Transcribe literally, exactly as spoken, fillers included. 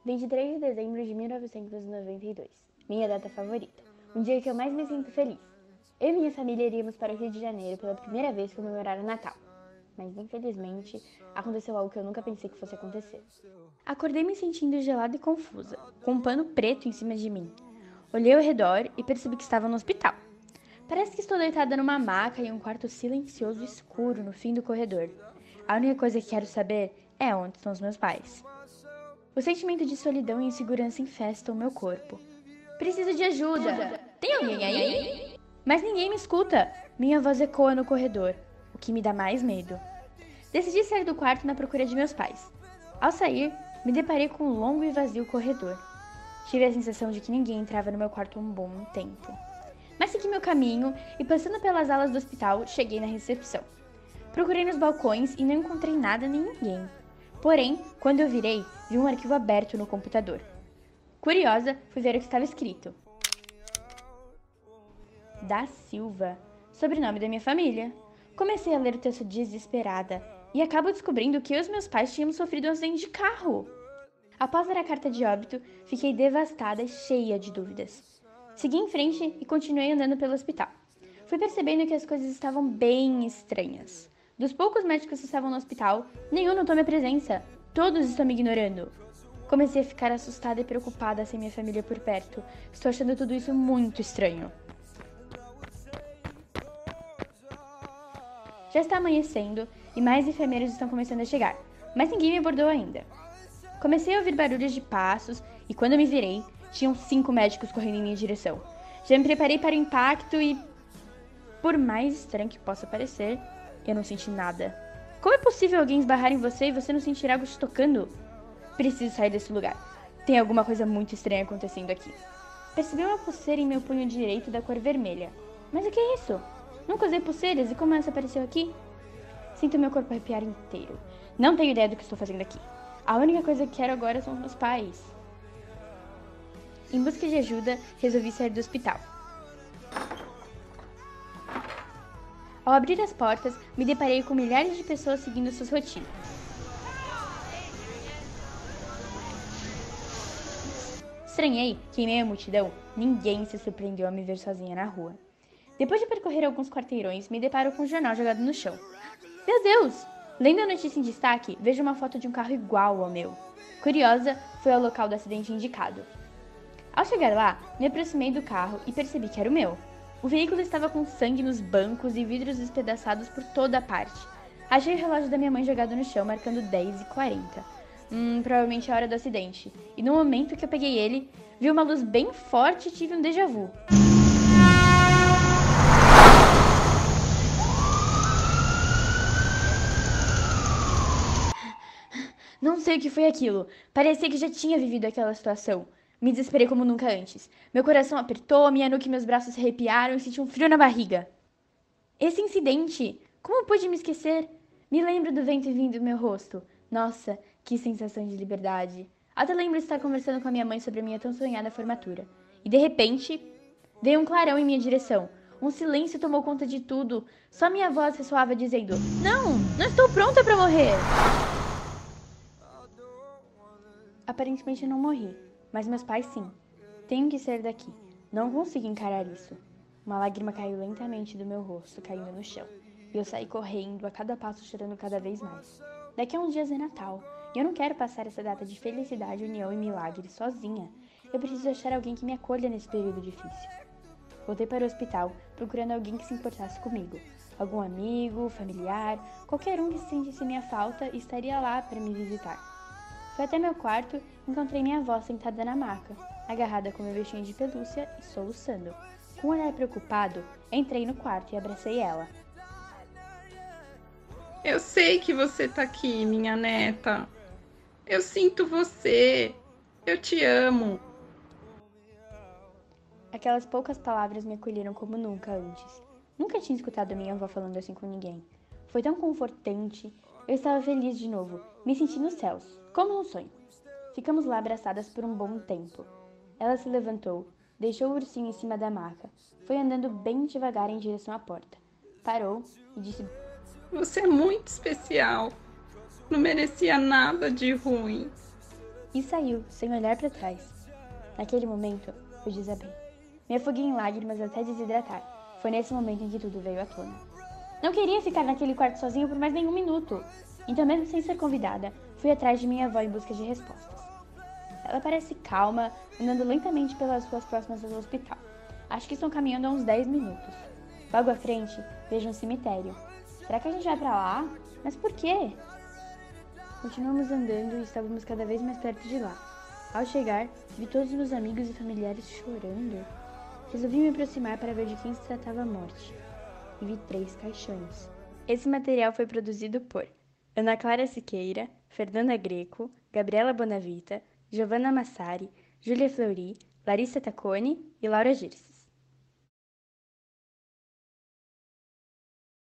vinte e três de dezembro de mil novecentos e noventa e dois. Minha data favorita. Um dia que eu mais me sinto feliz. Eu e minha família iríamos para o Rio de Janeiro pela primeira vez comemorar o Natal. Mas, infelizmente, aconteceu algo que eu nunca pensei que fosse acontecer. Acordei me sentindo gelada e confusa, com um pano preto em cima de mim. Olhei ao redor e percebi que estava no hospital. Parece que estou deitada numa maca em um quarto silencioso e escuro no fim do corredor. A única coisa que quero saber é onde estão os meus pais. O sentimento de solidão e insegurança infesta o meu corpo. Preciso de ajuda! Tem alguém aí? Mas ninguém me escuta. Minha voz ecoa no corredor, o que me dá mais medo. Decidi sair do quarto na procura de meus pais. Ao sair, me deparei com um longo e vazio corredor. Tive a sensação de que ninguém entrava no meu quarto há um bom tempo. Mas segui meu caminho e, passando pelas alas do hospital, cheguei na recepção. Procurei nos balcões e não encontrei nada nem ninguém. Porém, quando eu virei, vi um arquivo aberto no computador. Curiosa, fui ver o que estava escrito. Da Silva, sobrenome da minha família. Comecei a ler o texto desesperada e acabo descobrindo que eu e os meus pais tínhamos sofrido um acidente de carro. Após ler a carta de óbito, fiquei devastada e cheia de dúvidas. Segui em frente e continuei andando pelo hospital. Fui percebendo que as coisas estavam bem estranhas. Dos poucos médicos que estavam no hospital, nenhum notou minha presença. Todos estão me ignorando. Comecei a ficar assustada e preocupada sem minha família por perto. Estou achando tudo isso muito estranho. Já está amanhecendo e mais enfermeiros estão começando a chegar, mas ninguém me abordou ainda. Comecei a ouvir barulhos de passos e quando me virei, tinham cinco médicos correndo em minha direção. Já me preparei para o impacto e, por mais estranho que possa parecer, eu não senti nada. Como é possível alguém esbarrar em você e você não sentir algo te tocando? Preciso sair desse lugar. Tem alguma coisa muito estranha acontecendo aqui. Percebi uma pulseira em meu punho direito da cor vermelha. Mas o que é isso? Nunca usei pulseiras e como essa apareceu aqui? Sinto meu corpo arrepiar inteiro. Não tenho ideia do que estou fazendo aqui. A única coisa que quero agora são os meus pais. Em busca de ajuda, resolvi sair do hospital. Ao abrir as portas, me deparei com milhares de pessoas seguindo suas rotinas. Estranhei que, em meio à multidão, ninguém se surpreendeu a me ver sozinha na rua. Depois de percorrer alguns quarteirões, me deparo com um jornal jogado no chão. Meu Deus! Lendo a notícia em destaque, vejo uma foto de um carro igual ao meu. Curiosa, fui ao local do acidente indicado. Ao chegar lá, me aproximei do carro e percebi que era o meu. O veículo estava com sangue nos bancos e vidros despedaçados por toda a parte. Achei o relógio da minha mãe jogado no chão, marcando dez e quarenta. Hum, provavelmente a hora do acidente. E no momento que eu peguei ele, vi uma luz bem forte e tive um déjà vu. Não sei o que foi aquilo. Parecia que já tinha vivido aquela situação. Me desesperei como nunca antes. Meu coração apertou, minha nuca e meus braços se arrepiaram e senti um frio na barriga. Esse incidente! Como pude me esquecer? Me lembro do vento vindo do meu rosto. Nossa, que sensação de liberdade. Até lembro de estar conversando com a minha mãe sobre a minha tão sonhada formatura. E de repente, veio um clarão em minha direção. Um silêncio tomou conta de tudo. Só minha voz ressoava dizendo: Não, não estou pronta para morrer! Aparentemente não morri, mas meus pais sim. Tenho que sair daqui. Não consigo encarar isso. Uma lágrima caiu lentamente do meu rosto, caindo no chão. E eu saí correndo, a cada passo chorando cada vez mais. Daqui a uns dias é Natal, e eu não quero passar essa data de felicidade, união e milagre sozinha. Eu preciso achar alguém que me acolha nesse período difícil. Voltei para o hospital, procurando alguém que se importasse comigo. Algum amigo, familiar, qualquer um que sentisse minha falta e estaria lá para me visitar. Fui até meu quarto e encontrei minha avó sentada na maca, agarrada com meu bichinho de pelúcia e soluçando. Com um olhar preocupado, entrei no quarto e abracei ela. Eu sei que você tá aqui, minha neta. Eu sinto você. Eu te amo. Aquelas poucas palavras me acolheram como nunca antes. Nunca tinha escutado minha avó falando assim com ninguém. Foi tão confortante. Eu estava feliz de novo, me senti nos céus, como num sonho. Ficamos lá abraçadas por um bom tempo. Ela se levantou, deixou o ursinho em cima da maca, foi andando bem devagar em direção à porta. Parou e disse: Você é muito especial. Não merecia nada de ruim. e saiu, sem olhar para trás. Naquele momento, eu desabei. Me afoguei em lágrimas até desidratar. Foi nesse momento em que tudo veio à tona. Não queria ficar naquele quarto sozinho por mais nenhum minuto. Então, mesmo sem ser convidada, fui atrás de minha avó em busca de respostas. Ela parece calma, andando lentamente pelas ruas próximas ao hospital. Acho que estão caminhando há uns dez minutos. Logo à frente, vejo um cemitério. Será que a gente vai pra lá? Mas por quê? Continuamos andando e estávamos cada vez mais perto de lá. Ao chegar, vi todos os meus amigos e familiares chorando. Resolvi me aproximar para ver de quem se tratava a morte. E vi três caixões. Esse material foi produzido por Ana Clara Siqueira, Fernanda Greco, Gabriela Bonavita, Giovanna Massari, Júlia Fleury, Larissa Tacconi e Laura Girces.